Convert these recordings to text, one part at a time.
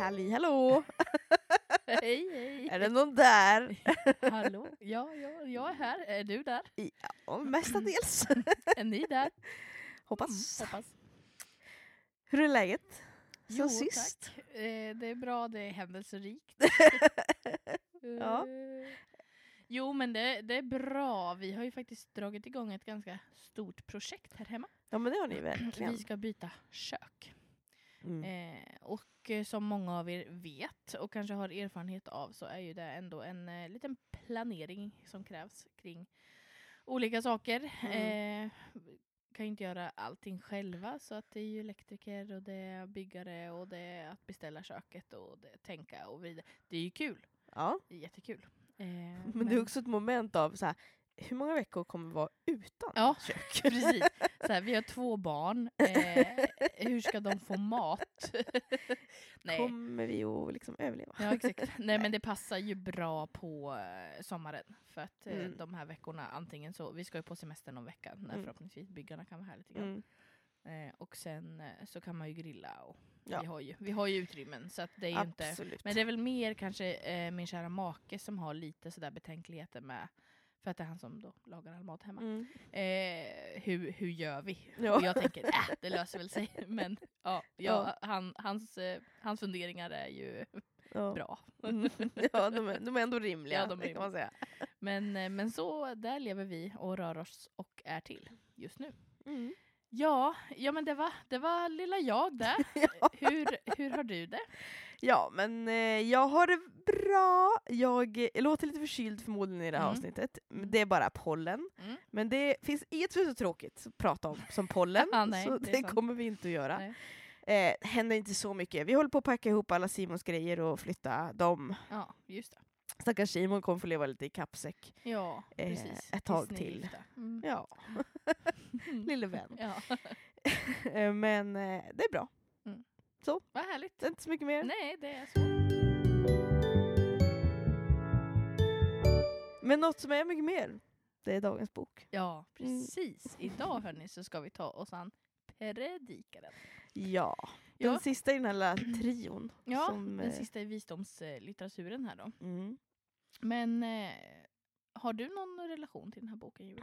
Hallå! Hej! Är det någon där? Hallå? Ja, jag är här. Är du där? Ja, mestadels. Är ni där? Hoppas. Hoppas. Hur är läget? Jo, sist? tack. Det är bra, det är händelserikt. Ja. Jo, men det är bra. Vi har ju faktiskt dragit igång ett ganska stort projekt här hemma. Ja, men det har ni verkligen. Vi ska byta kök. Mm. Och som många av er vet och kanske har erfarenhet av, så är ju det ändå en liten planering som krävs kring olika saker. Kan ju inte göra allting själva, så att det är ju elektriker och det är byggare och det är att beställa köket och det är tänka och vidare. Det är ju kul. Ja. Det är jättekul. Men det är också ett moment av så här, hur många veckor kommer vara utan kök? Precis. Så här, vi har 2 barn. Hur ska de få mat? Nej. Kommer vi att liksom överleva? Ja, exakt. Nej, men det passar ju bra på sommaren. För att de här veckorna, antingen så, vi ska ju på semester någon vecka när förhoppningsvis byggarna kan vara här lite grann. Och sen så kan man ju grilla och vi har ju utrymmen, så att det är ju inte, men det är väl mer kanske min kära make som har lite sådär betänkligheter med, för att det är han som då lagar all mat hemma. Hur gör vi? Ja. Och jag tänker, det löser väl sig. Men hans funderingar är ju bra. Ja, de är ändå rimliga, kan man säga. Men så där lever vi och rör oss och är till just nu. Ja, men det var lilla jag där. Hur har du det? Ja, men jag har det bra. Jag låter lite förkyld förmodligen i det här avsnittet. Det är bara pollen. Men det finns inget så tråkigt att prata om som pollen. Nej, så det kommer vi inte att göra. Händer inte så mycket. Vi håller på att packa ihop alla Simons grejer och flytta dem. Ja, just det. Stackars Simon kommer få leva lite i kappsäck. Ja, precis. Ett tag till. Ja. Lille vän. Ja. Men det är bra. Så. Vad härligt. Det är inte så mycket mer. Nej, det är så. Men något som är mycket mer, det är dagens bok. Ja, precis. Idag, hörni, så ska vi ta oss an Predikaren. Ja, den sista i den här lilla trion. Ja, den sista i visdomslitteraturen här då. Men har du någon relation till den här boken, Julia?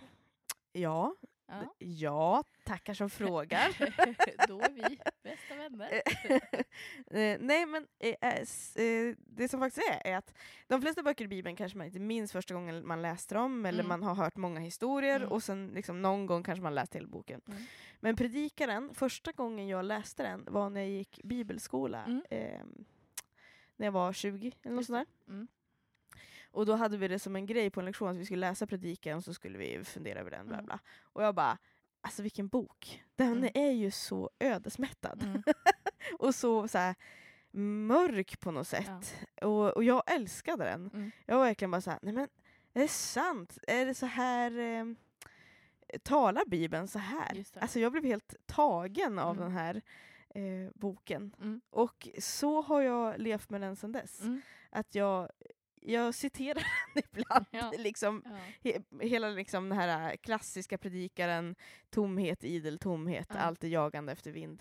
Ja, tackar som frågar. Då är vi bästa vänner. Nej, men det som faktiskt är att de flesta böcker i Bibeln kanske man inte minns första gången man läste dem, eller man har hört många historier och sen liksom någon gång kanske man läst hela boken. Men Predikaren, första gången jag läste den var när jag gick bibelskola när jag var 20 eller något sånt där. Och då hade vi det som en grej på en lektion att vi skulle läsa Predikan och så skulle vi fundera över den. Bla bla. Och jag bara, alltså vilken bok. Den är ju så ödesmättad. Och så här mörk på något sätt. Och jag älskade den. Jag var verkligen bara så här, nej men är det sant? Är det så här talar Bibeln så här? Alltså jag blev helt tagen av den här boken. Och så har jag levt med den sedan dess. Att jag citerar den ibland, liksom, hela liksom den här klassiska predikaren, tomhet, idel tomhet, allt är jagande efter vind.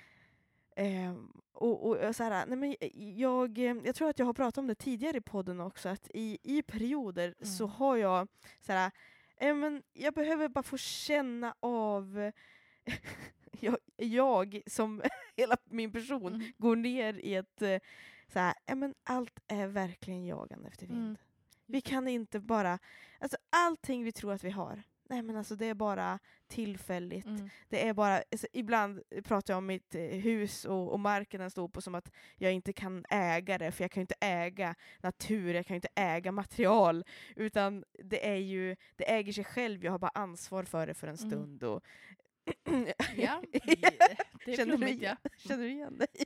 Och så här, nej men jag tror att jag har pratat om det tidigare i podden också, att i perioder så har jag så här, men jag behöver bara få känna av jag som hela min person går ner i ett så här, men allt är verkligen jagande efter vind. Vi kan inte bara, alltså allting vi tror att vi har, nej men alltså det är bara tillfälligt. Det är bara, alltså, ibland pratar jag om mitt hus och marken den står på som att jag inte kan äga det, för jag kan ju inte äga natur, jag kan ju inte äga material, utan det äger sig själv, jag har bara ansvar för det för en stund. Och ja, det är flummigt, ja. Känner du igen dig?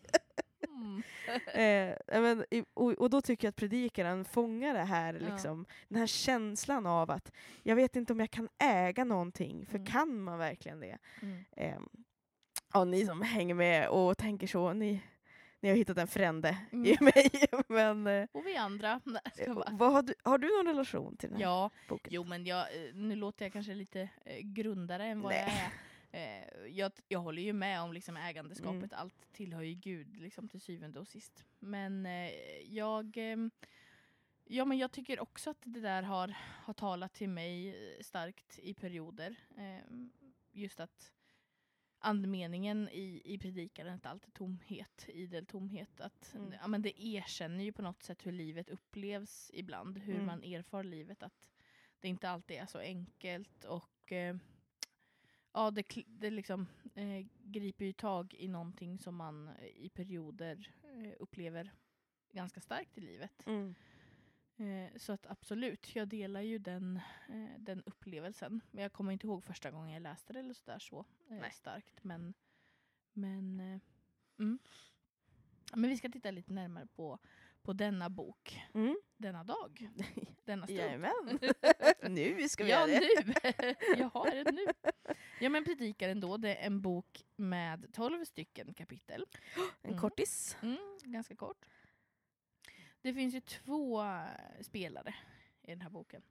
Och då tycker jag att Predikaren fångar det här, liksom, den här känslan av att jag vet inte om jag kan äga någonting, för kan man verkligen det? Ni som hänger med och tänker så, ni har hittat en frände i mig. Men, och vi andra. Har du någon relation till den här boken? Jo, men nu låter jag kanske lite grundare än vad jag är. Jag håller ju med om liksom ägandeskapet. Allt tillhör ju Gud liksom, till syvende och sist. Men men jag tycker också att det där har talat till mig starkt i perioder. Just att andemeningen i predikaren är alltid tomhet, idel tomhet. Att, men det erkänner ju på något sätt hur livet upplevs ibland. Hur man erfar livet. Att det inte alltid är så enkelt. Och det liksom griper ju tag i någonting som man i perioder upplever ganska starkt i livet. Så att absolut, jag delar ju den upplevelsen. Men jag kommer inte ihåg första gången jag läste det eller sådär så starkt. Men vi ska titta lite närmare på denna bok. Denna dag. Denna stund. Jajamän. Nu ska vi göra det. Nu. Jag har det nu. Ja, men Predikaren då, det är en bok med 12 stycken kapitel. En kortis. Ganska kort. Det finns ju 2 spelare i den här boken.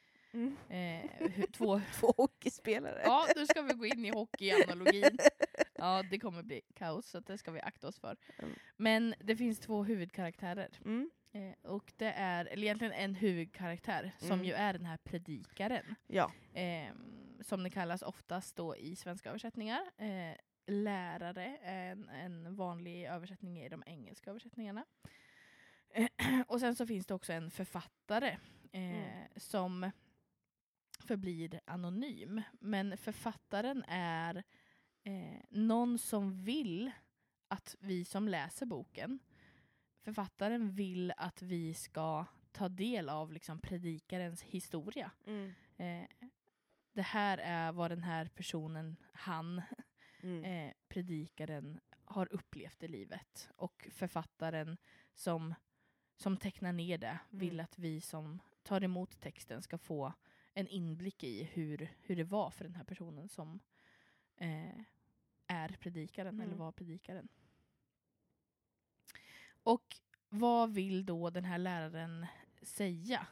Två hockeyspelare. Ja, nu ska vi gå in i hockeyanalogin. Ja, det kommer bli kaos, så det ska vi akta oss för. Men det finns 2 huvudkaraktärer. Och det är eller egentligen en huvudkaraktär som ju är den här predikaren. Ja. Som det kallas oftast då i svenska översättningar. Lärare är en vanlig översättning i de engelska översättningarna. Och sen så finns det också en författare som förblir anonym. Men författaren är någon som vill att vi som läser boken, författaren vill att vi ska ta del av liksom predikarens historia. Det här är vad den här personen, predikaren, har upplevt i livet. Och författaren som tecknar ner det vill att vi som tar emot texten ska få en inblick i hur det var för den här personen som är predikaren eller var predikaren. Och vad vill då den här läraren säga?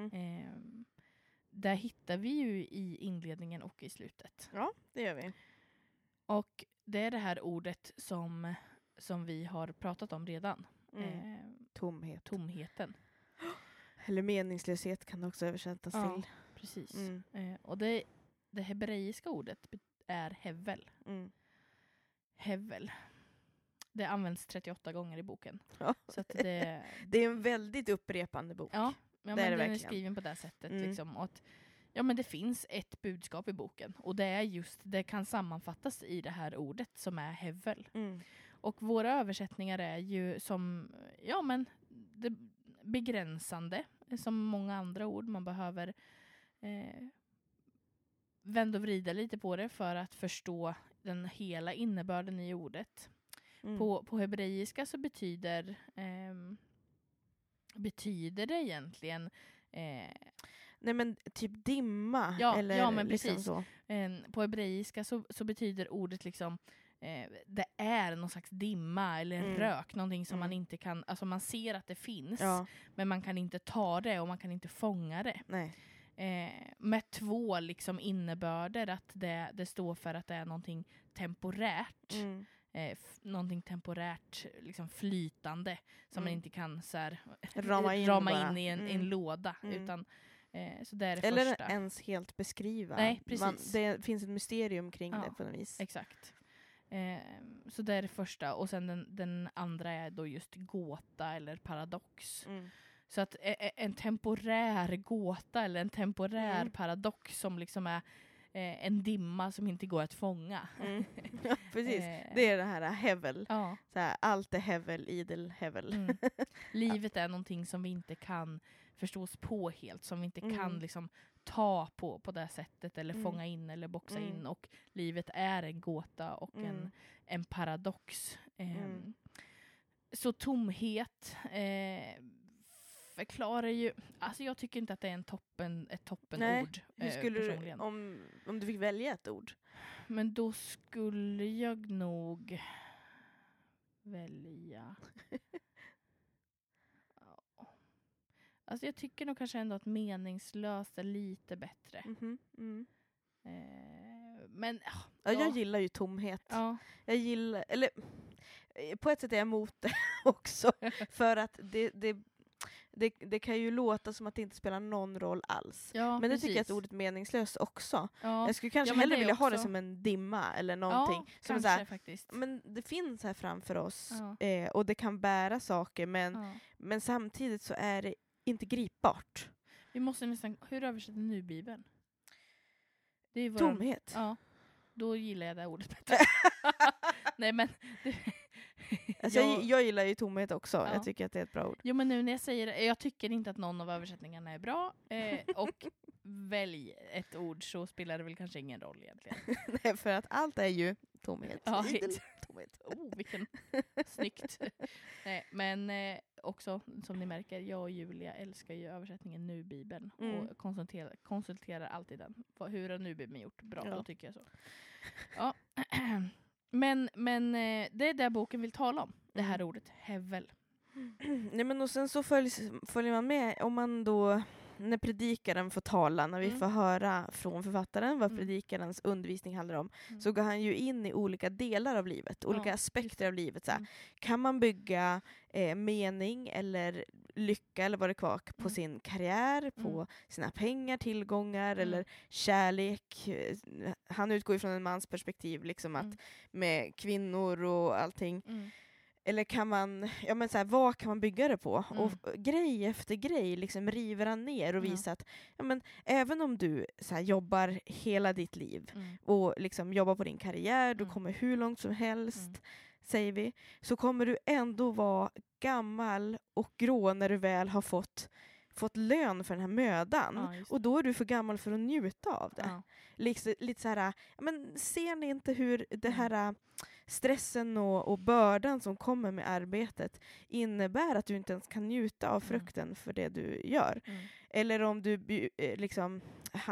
Där hittar vi ju i inledningen och i slutet. Ja, det gör vi. Och det är det här ordet som vi har pratat om redan. Tomheten. Eller meningslöshet kan det också översättas till. Precis. Och det hebreiska ordet är hevel. Hevel. Det används 38 gånger i boken. Ja. Så att det är en väldigt upprepande bok. Ja, men den är skriven på det sättet. Liksom, och att, men det finns ett budskap i boken. Och det kan sammanfattas i det här ordet som är hevel. Och våra översättningar är ju som det begränsande. Som många andra ord. Man behöver vända och vrida lite på det för att förstå den hela innebörden i ordet. På hebreiska så betyder det egentligen nej men typ dimma. Ja men liksom precis. Så. På hebreiska så betyder ordet liksom det är någon slags dimma eller rök, någonting som man inte kan, alltså man ser att det finns men man kan inte ta det och man kan inte fånga det. Nej. Med 2 liksom innebörder, att det står för att det är någonting temporärt. Någonting temporärt liksom flytande som man inte kan så här, rama in i en låda utan så det är det eller första. Ens helt beskriva. Nej, precis. Det finns ett mysterium kring det på något vis. Exakt. Så det är det första. Och sen den andra är då just gåta eller paradox. Så att en temporär gåta eller en temporär paradox som liksom är en dimma som inte går att fånga. Ja, precis. Det är det här hevel. Ja. Så här, allt är hevel, idel hevel. Livet är någonting som vi inte kan förstås på helt. Som vi inte kan liksom ta på det sättet eller fånga in eller boxa in. Och livet är en gåta och en paradox. Så tomhet förklarar ju, alltså jag tycker inte att det är ett toppenord. Hur skulle du, om du fick välja ett ord? Men då skulle jag nog välja alltså jag tycker nog kanske ändå att meningslöst är lite bättre. Men jag gillar ju tomhet. Ja. Jag gillar, eller på ett sätt är jag emot det också. För att det kan ju låta som att det inte spelar någon roll alls. Ja, men det tycker jag är ordet meningslöst också. Ja. Jag skulle kanske hellre vilja ha det som en dimma eller någonting. Ja, som kanske så här, faktiskt. Men det finns här framför oss Ja. och det kan bära saker, men samtidigt så är det inte gripbart. Vi måste nästan, hur översätter nu Bibeln? Det är tomhet. Ja, då gillar jag det ordet bättre. Nej men alltså, jag gillar ju tomhet också. Ja. Jag tycker att det är ett bra ord. Jo, men nu när jag säger det, jag tycker inte att någon av översättningarna är bra. Och välj ett ord så spelar det väl kanske ingen roll egentligen. Nej, för att allt är ju tomhet. Ja, tomhet. Vilken snyggt. Nej, men också, som ni märker, jag och Julia älskar ju översättningen Nu Bibeln. Och konsulterar alltid den. Hur har Nu Bibeln gjort? Bra, då tycker jag så. Ja. Men det är det boken vill tala om. Det här ordet, hevel. Nej, men och sen så följer man med om man då, när predikaren får tala, när vi får höra från författaren vad predikarens undervisning handlar om, så går han ju in i olika delar av livet, olika aspekter av livet. Så här. Kan man bygga mening eller lycka eller vad det var på sin karriär, på sina pengar, tillgångar eller kärlek? Han utgår ifrån en mans perspektiv, liksom att med kvinnor och allting. Eller kan man, så här, vad kan man bygga det på? Och grej efter grej liksom river han ner och visar att även om du så här, jobbar hela ditt liv och liksom jobbar på din karriär, du kommer hur långt som helst, säger vi, så kommer du ändå vara gammal och grå när du väl har fått lön för den här mödan. Och då är du för gammal för att njuta av det. Lite så här, ser ni inte hur det här stressen och bördan som kommer med arbetet innebär att du inte ens kan njuta av frukten för det du gör? Eller om du liksom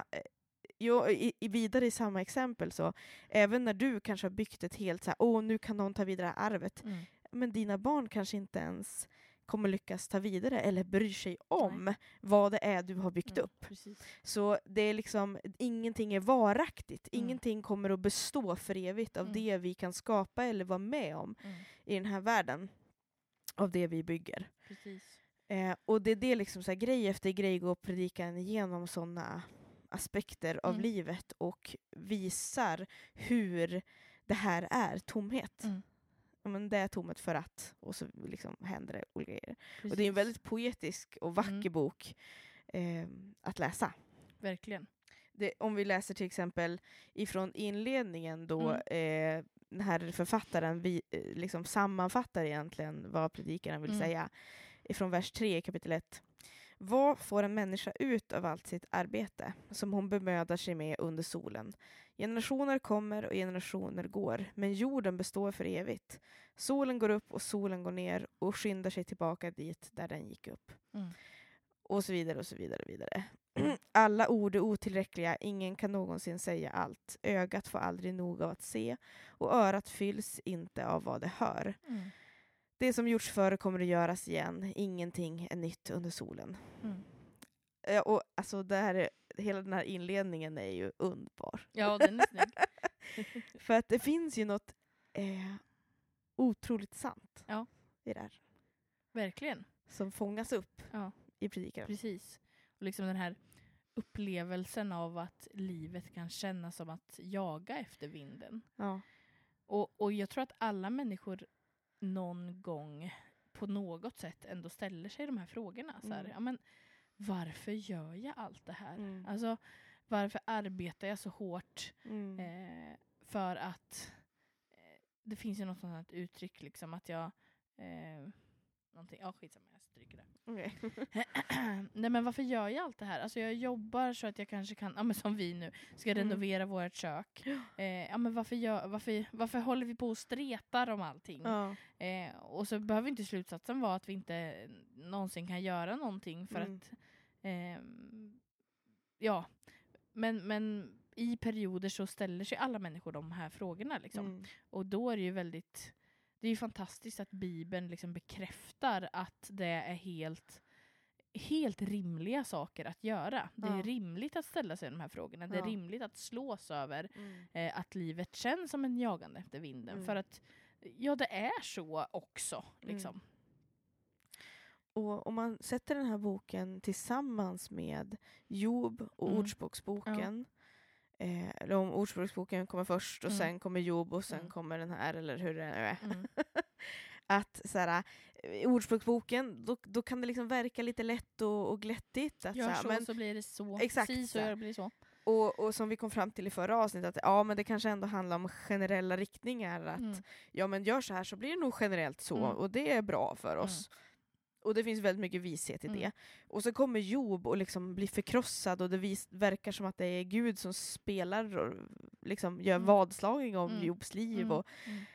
vidare i samma exempel, så även när du kanske har byggt ett helt så här, nu kan någon ta vidare arvet, men dina barn kanske inte ens kommer lyckas ta vidare eller bryr sig om vad det är du har byggt upp. Precis. Så det är liksom, ingenting är varaktigt. Ingenting kommer att bestå för evigt av det vi kan skapa eller vara med om i den här världen. Av det vi bygger. Precis. Och det är det liksom så här, grej efter grej går predikan igenom sådana aspekter av livet och visar hur det här är tomhet. Men det är tomhet för att, och så liksom händer det olika grejer. Och det är en väldigt poetisk och vacker bok att läsa. Verkligen. Om vi läser till exempel ifrån inledningen då den här författaren liksom sammanfattar egentligen vad predikaren vill säga. Ifrån vers 3 i kapitel 1. Vad får en människa ut av allt sitt arbete som hon bemödar sig med under solen? Generationer kommer och generationer går, men jorden består för evigt. Solen går upp och solen går ner och skyndar sig tillbaka dit där den gick upp. Och så vidare och så vidare och vidare. Alla ord är otillräckliga, ingen kan någonsin säga allt. Ögat får aldrig nog av att se och örat fylls inte av vad det hör. Det som gjorts förr kommer att göras igen. Ingenting är nytt under solen. Och alltså hela den här inledningen är ju underbar. Ja, den är snygg. För att det finns ju något otroligt sant i det här. Verkligen. Som fångas upp i predikan. Precis. Och liksom den här upplevelsen av att livet kan kännas som att jaga efter vinden. Ja. Och jag tror att alla människor någon gång på något sätt ändå ställer sig de här frågorna. Så här, varför gör jag allt det här? Alltså, varför arbetar jag så hårt? För att det finns ju något sånt uttryck liksom att jag skitsamma, jag stryker det. Okay. Nej, men varför gör jag allt det här? Alltså jag jobbar så att jag kanske kan, som vi nu ska renovera vårt kök. Men varför håller vi på och stretar om allting? Och så behöver inte slutsatsen vara att vi inte någonsin kan göra någonting för att men i perioder så ställer sig alla människor de här frågorna liksom. Och då är det ju det är ju fantastiskt att Bibeln liksom bekräftar att det är helt helt rimliga saker att göra. Det är rimligt att ställa sig de här frågorna. Det är rimligt att slås över att livet känns som en jagande efter vinden. För att, det är så också. Liksom. Och om man sätter den här boken tillsammans med Job och Ordspråksboken, eller om Ordspråksboken kommer först och sen kommer Job och sen kommer den här, eller hur det är. Att såhär, Ordspråksboken, då kan det liksom verka lite lätt och glättigt. Att, gör såhär, så blir det så. Exakt. Så blir det så. Och som vi kom fram till i förra avsnittet, att men det kanske ändå handlar om generella riktningar. Att men gör så här så blir det nog generellt så. Och det är bra för oss. Och det finns väldigt mycket vishet i det. Och så kommer Job och liksom blir förkrossad och det verkar som att det är Gud som spelar och liksom gör vadslagning om Jobs liv. Och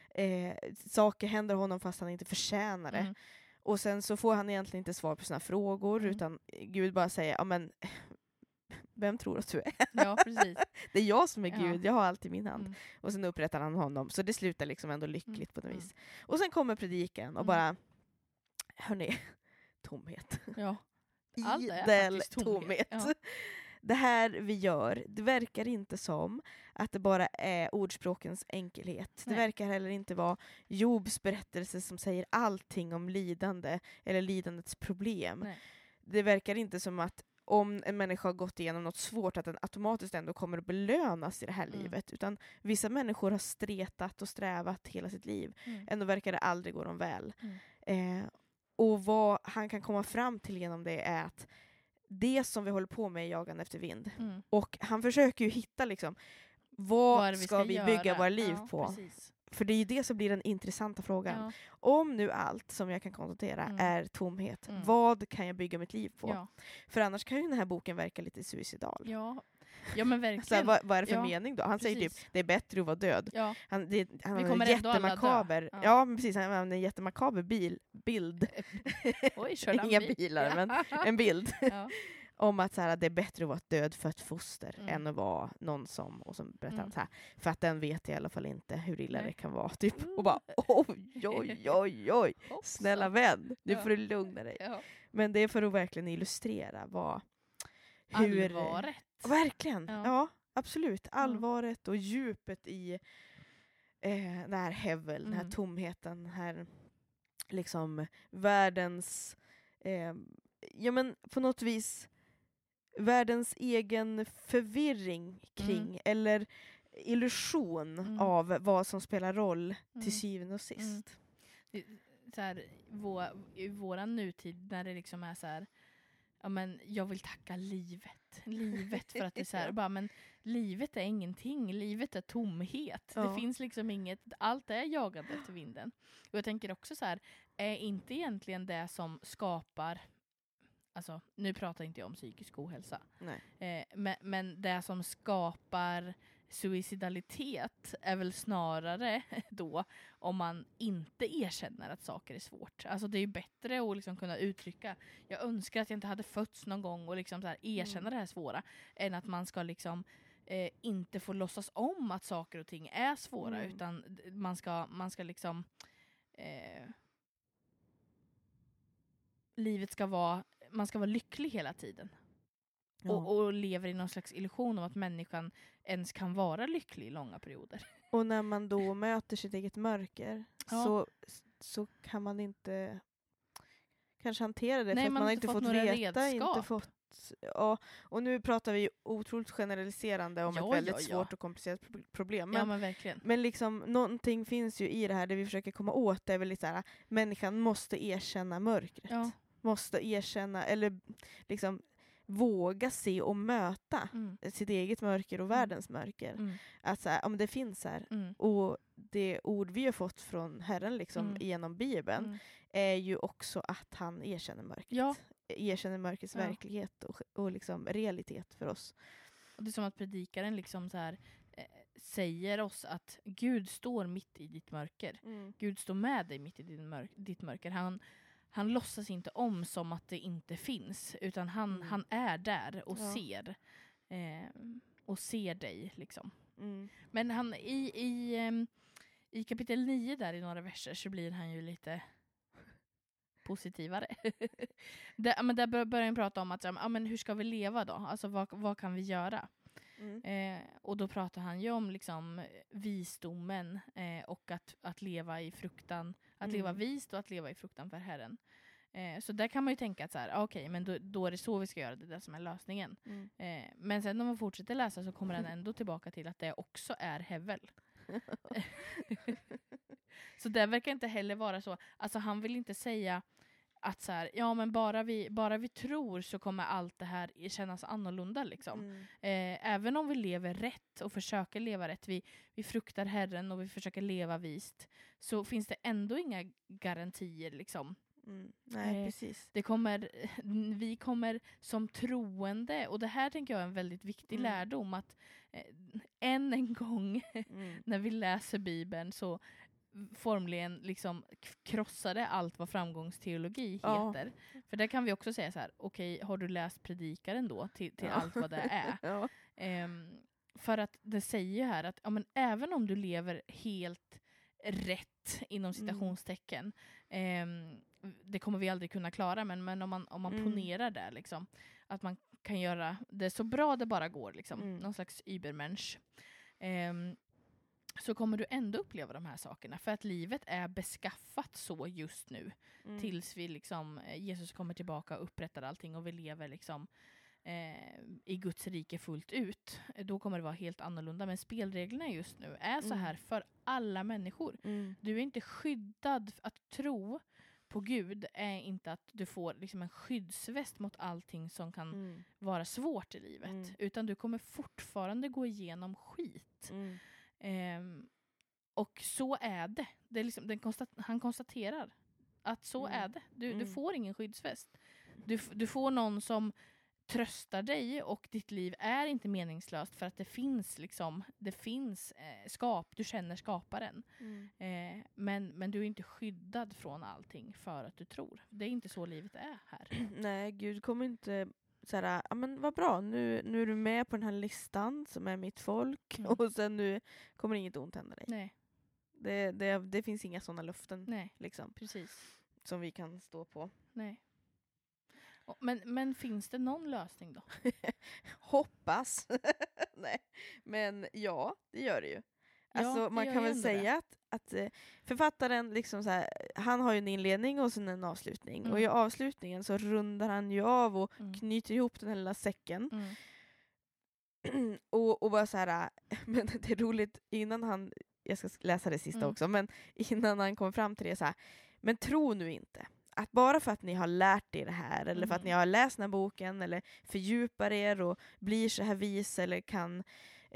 saker händer honom fast han inte förtjänar det. Och sen så får han egentligen inte svar på sina frågor utan Gud bara säger, men vem tror att du är? Ja, precis. Det är jag som är Gud, jag har allt i min hand. Och sen upprättar han honom. Så det slutar liksom ändå lyckligt på något vis. Och sen kommer predikan och bara, hörni, tomhet. Ja. Allt är idel faktiskt tomhet. Ja. Det här vi gör, det verkar inte som att det bara är ordspråkens enkelhet. Nej. Det verkar heller inte vara Jobs berättelse som säger allting om lidande eller lidandets problem. Nej. Det verkar inte som att om en människa har gått igenom något svårt att den automatiskt ändå kommer att belönas i det här livet. Utan vissa människor har stretat och strävat hela sitt liv. Ändå verkar det aldrig gå dem väl. Och vad han kan komma fram till genom det är att det som vi håller på med är jagande efter vind. Och han försöker ju hitta liksom, vad ska vi bygga våra liv på? Precis. För det är ju det som blir den intressanta frågan. Ja. Om nu allt som jag kan konstatera är tomhet, vad kan jag bygga mitt liv på? Ja. För annars kan ju den här boken verka lite suicidal. Ja, men verkligen. Så vad är det för mening då? Han säger typ, det är bättre att vara död. Ja. Han har en jättemakaber. Ja, men precis. Han har en jättemakaber bild. Oj, körde inga bilar, men en bild. Om att så här, det är bättre att vara död för ett foster än att vara någon som berättar så här, för att den vet i alla fall inte hur illa det kan vara. Typ. Och bara, oj. Snälla vän, nu får du lugna dig. Ja. Men det är för att verkligen illustrera hur... Allvaret. Verkligen, ja absolut. Allvaret och djupet i den här hevel, den här tomheten, den här liksom världens på något vis världens egen förvirring kring eller illusion av vad som spelar roll till syvende och sist. Så här, i våran nutid när det liksom är så här, jag vill tacka livet för att det är så här, bara, men livet är ingenting, livet är tomhet. Det finns liksom inget, allt är jagande efter vinden. Och jag tänker också så här, är inte egentligen det som skapar, alltså nu pratar inte jag om psykisk ohälsa. Men det som skapar suicidalitet är väl snarare då om man inte erkänner att saker är svårt. Alltså det är ju bättre att liksom kunna uttrycka, jag önskar att jag inte hade fötts någon gång och liksom så här erkänna det här svåra, än att man ska liksom inte få låtsas om att saker och ting är svåra, utan man ska liksom livet ska vara, man ska vara lycklig hela tiden. Och lever i någon slags illusion om att människan ens kan vara lycklig i långa perioder. Och när man då möter sitt eget mörker så kan man inte kanske hantera det. Nej, för att man har inte fått veta. Redskap. Inte fått, och nu pratar vi otroligt generaliserande om ett väldigt svårt och komplicerat problem. Men verkligen. Men liksom, någonting finns ju i det här, det vi försöker komma åt. Det är väl lite så här, människan måste erkänna mörkret. Ja. Måste erkänna, eller liksom våga se och möta sitt eget mörker och världens mörker. Att så här, det finns här. Och det ord vi har fått från Herren liksom, genom Bibeln är ju också att han erkänner mörkret. Ja. Erkänner mörkrets verklighet och liksom realitet för oss. Och det är som att predikaren liksom så här, säger oss att Gud står mitt i ditt mörker. Gud står med dig mitt i ditt mörker. Han låtsas inte om som att det inte finns, utan han är där och ser och ser dig liksom. Men han i kapitel 9 där i några verser så blir han ju lite positivare. Där börjar han prata om att men hur ska vi leva då? Alltså vad kan vi göra? Och då pratar han ju om liksom visdomen och att leva i fruktan, att leva vist och att leva i fruktan för Herren. Så där kan man ju tänka att så här, okej, men då är det så vi ska göra, det där som är lösningen. Men sen när man fortsätter läsa så kommer han ändå tillbaka till att det också är hevel. Så det verkar inte heller vara så. Alltså han vill inte säga att så här, ja men bara vi tror så kommer allt det här kännas annorlunda liksom. Även om vi lever rätt och försöker leva rätt, vi fruktar Herren och vi försöker leva vist, så finns det ändå inga garantier liksom. Nej, precis. Vi kommer som troende, och det här tänker jag är en väldigt viktig lärdom, att än en gång när vi läser Bibeln så formligen liksom krossade allt vad framgångsteologi heter. För där kan vi också säga så här, okej, har du läst Predikaren då till allt vad det är? För att det säger ju här att men även om du lever helt rätt inom citationstecken, det kommer vi aldrig kunna klara, men om man ponerar det liksom, att man kan göra det så bra det bara går liksom, någon slags übermensch, så kommer du ändå uppleva de här sakerna, för att livet är beskaffat så just nu tills vi liksom, Jesus kommer tillbaka och upprättar allting och vi lever liksom i Guds rike fullt ut. Då kommer det vara helt annorlunda, men spelreglerna just nu är så här för alla människor. Du är inte skyddad. Att tro på Gud är inte att du får liksom en skyddsväst mot allting som kan vara svårt i livet, utan du kommer fortfarande gå igenom skit. Och så är det. Det är liksom, han konstaterar att så är det. Du får ingen skyddsväst. Du får någon som tröstar dig, och ditt liv är inte meningslöst för att det finns du känner skaparen. Men du är inte skyddad från allting för att du tror. Det är inte så livet är här. Nej, Gud kommer inte såhär, men vad bra, nu är du med på den här listan som är mitt folk, och sen nu kommer inget ont hända dig. Nej. Det finns inga sådana löften. Nej, liksom, precis. Som vi kan stå på. Nej. Men finns det någon lösning då? Hoppas. Nej. Men ja, det gör det ju. Alltså, man kan väl säga att författaren liksom så här, han har ju en inledning och sen en avslutning. Och i avslutningen så rundar han ju av och knyter ihop den här lilla säcken. Och bara så här, men det är roligt, innan jag ska läsa det sista också, men innan han kom fram till det så här, men tro nu inte att bara för att ni har lärt er det här, eller för att ni har läst den här boken, eller fördjupar er och blir så här vis, eller kan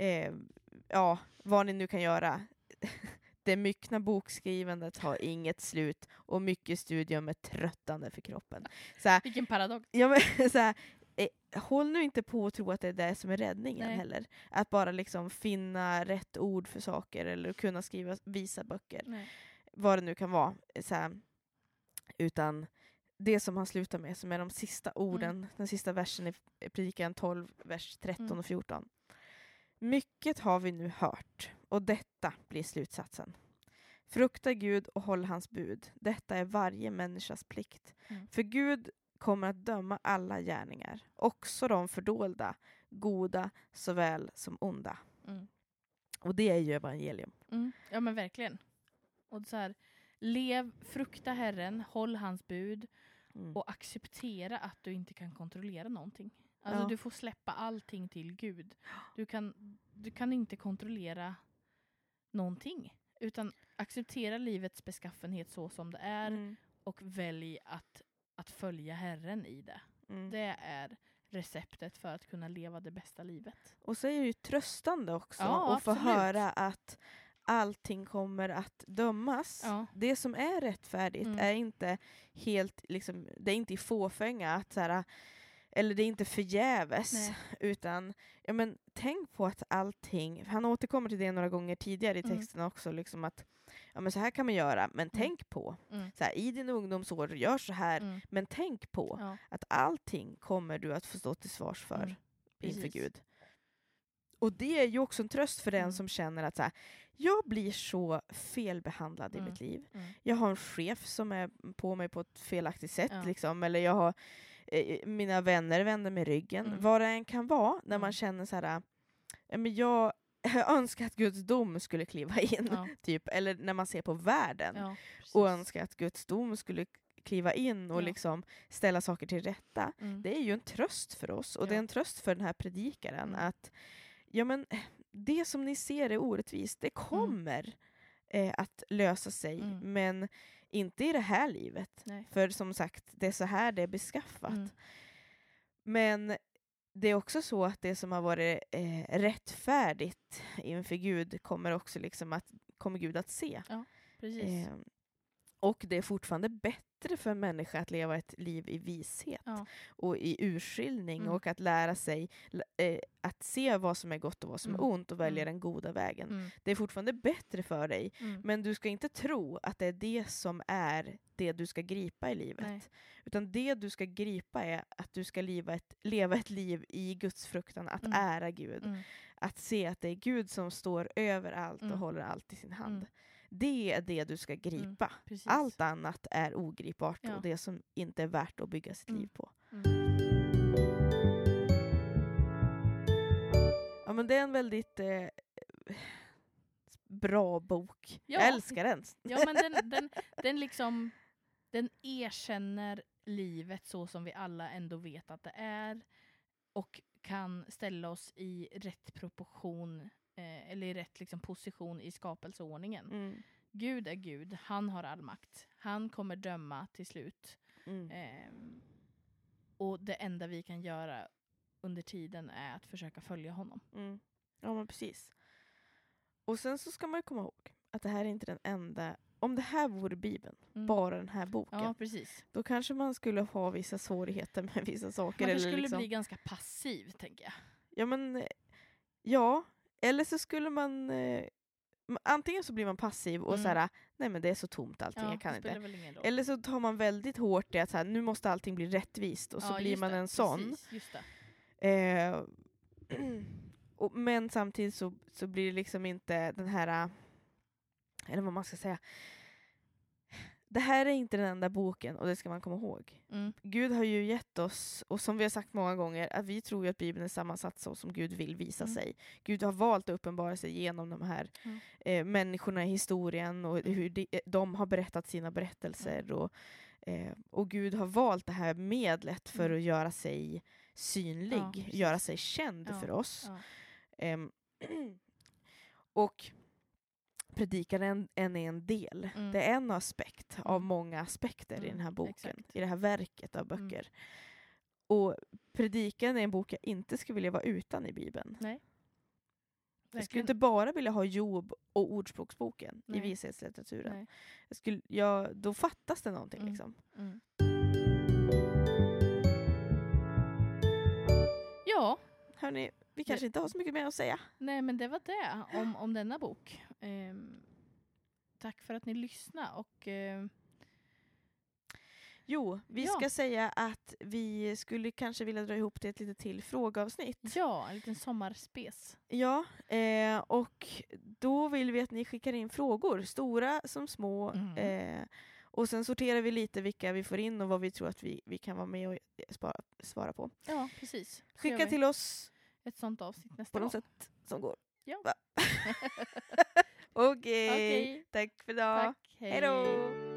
vad ni nu kan göra. Det myckna bokskrivandet har inget slut, och mycket studium är tröttande för kroppen. Så här, vilken paradox. Ja, men, så här, håll nu inte på att tro att det är det som är räddningen heller. Att bara liksom finna rätt ord för saker, eller kunna skriva visa böcker. Nej. Vad det nu kan vara. Så här, utan det som han slutar med, som är de sista orden, den sista versen i Predikan 12, vers 13 och 14. Mycket har vi nu hört, och detta blir slutsatsen. Frukta Gud och håll hans bud. Detta är varje människas plikt. För Gud kommer att döma alla gärningar, också de fördolda, goda såväl som onda. Och det är ju evangelium. Ja, men verkligen. Och så här, frukta Herren, håll hans bud och acceptera att du inte kan kontrollera någonting. Alltså du får släppa allting till Gud. Du kan inte kontrollera någonting, utan acceptera livets beskaffenhet så som det är och välj att följa Herren i det. Det är receptet för att kunna leva det bästa livet. Och så är det ju tröstande också att få höra att allting kommer att dömas. Det som är rättfärdigt är inte helt liksom, det är inte i fåfänga att så här, eller det är inte förgäves, utan tänk på att allting, han återkommer till det några gånger tidigare i texten också, liksom att men så här kan man göra, men tänk på så här, i din ungdomsår, gör så här, men tänk på att allting kommer du att få stå till svars för inför Gud. Och det är ju också en tröst för den som känner att så här, jag blir så felbehandlad i mitt liv. Jag har en chef som är på mig på ett felaktigt sätt. Liksom, eller jag har mina vänner vänder med ryggen. Vad det än kan vara när man känner så här, men jag önskar att Guds dom skulle kliva in. Typ. Eller när man ser på världen och önskar att Guds dom skulle kliva in och liksom ställa saker till rätta. Det är ju en tröst för oss. Och det är en tröst för den här predikaren att det som ni ser är orättvist, det kommer att lösa sig. Men inte i det här livet. Nej. För som sagt, det är så här det är beskaffat. Men det är också så att det som har varit rättfärdigt inför Gud kommer Gud att se. Ja, precis. Och det är fortfarande bättre för en människa att leva ett liv i vishet och i urskiljning och att lära sig att se vad som är gott och vad som är ont och välja den goda vägen. Det är fortfarande bättre för dig, men du ska inte tro att det är det som är det du ska gripa i livet. Nej. Utan det du ska gripa är att du ska leva ett liv i Guds fruktan, att ära Gud. Att se att det är Gud som står över allt och håller allt i sin hand. Det är det du ska gripa. Allt annat är ogripbart och det som inte är värt att bygga sitt liv på. Ja, men det är en väldigt bra bok. Ja. Jag älskar den. Ja, men den erkänner livet så som vi alla ändå vet att det är och kan ställa oss i rätt proportion eller i rätt position i skapelseordningen. Gud är Gud, han har all makt. Han kommer döma till slut. Och det enda vi kan göra under tiden är att försöka följa honom. Ja, men precis. Och sen så ska man ju komma ihåg att det här är inte den enda. Om det här vore Bibeln, bara den här boken, då kanske man skulle ha vissa svårigheter med vissa saker. Man skulle bli ganska passiv, tänker jag. Ja, eller så skulle man antingen så blir man passiv och såhär, nej men det är så tomt allting, jag kan inte. Eller så tar man väldigt hårt i att såhär, nu måste allting bli rättvist och så blir man en sån. Just det. Men samtidigt så blir det inte den här, eller vad man ska säga, det här är inte den enda boken och det ska man komma ihåg. Gud har ju gett oss, och som vi har sagt många gånger, att vi tror ju att Bibeln är sammansatt så som Gud vill visa sig. Gud har valt att uppenbara sig genom de här människorna i historien och hur de har berättat sina berättelser. Och Gud har valt det här medlet för att göra sig synlig, göra sig känd för oss. Och predikaren är en del. Det är en aspekt av många aspekter i den här boken. I det här verket av böcker. Och predikan är en bok jag inte skulle vilja vara utan i Bibeln. Nej. Jag skulle inte bara vilja ha Job och Ordspråksboken i vishetslitteraturen. Då fattas det någonting liksom. Ja. Hörrni, vi kanske inte har så mycket mer att säga. Nej, men det var det om denna bok. Tack för att ni lyssnade. Och vi ska säga att vi skulle kanske vilja dra ihop det ett lite till frågeavsnitt. Ja, en liten sommarspes. Ja, och då vill vi att ni skickar in frågor, stora som små. Och sen sorterar vi lite vilka vi får in och vad vi tror att vi kan vara med och svara på. Ja, precis. Skicka till oss ett sånt avsnitt nästa gång. På något sätt som går. Ja. Okej. Tack för idag. Tack, hej då.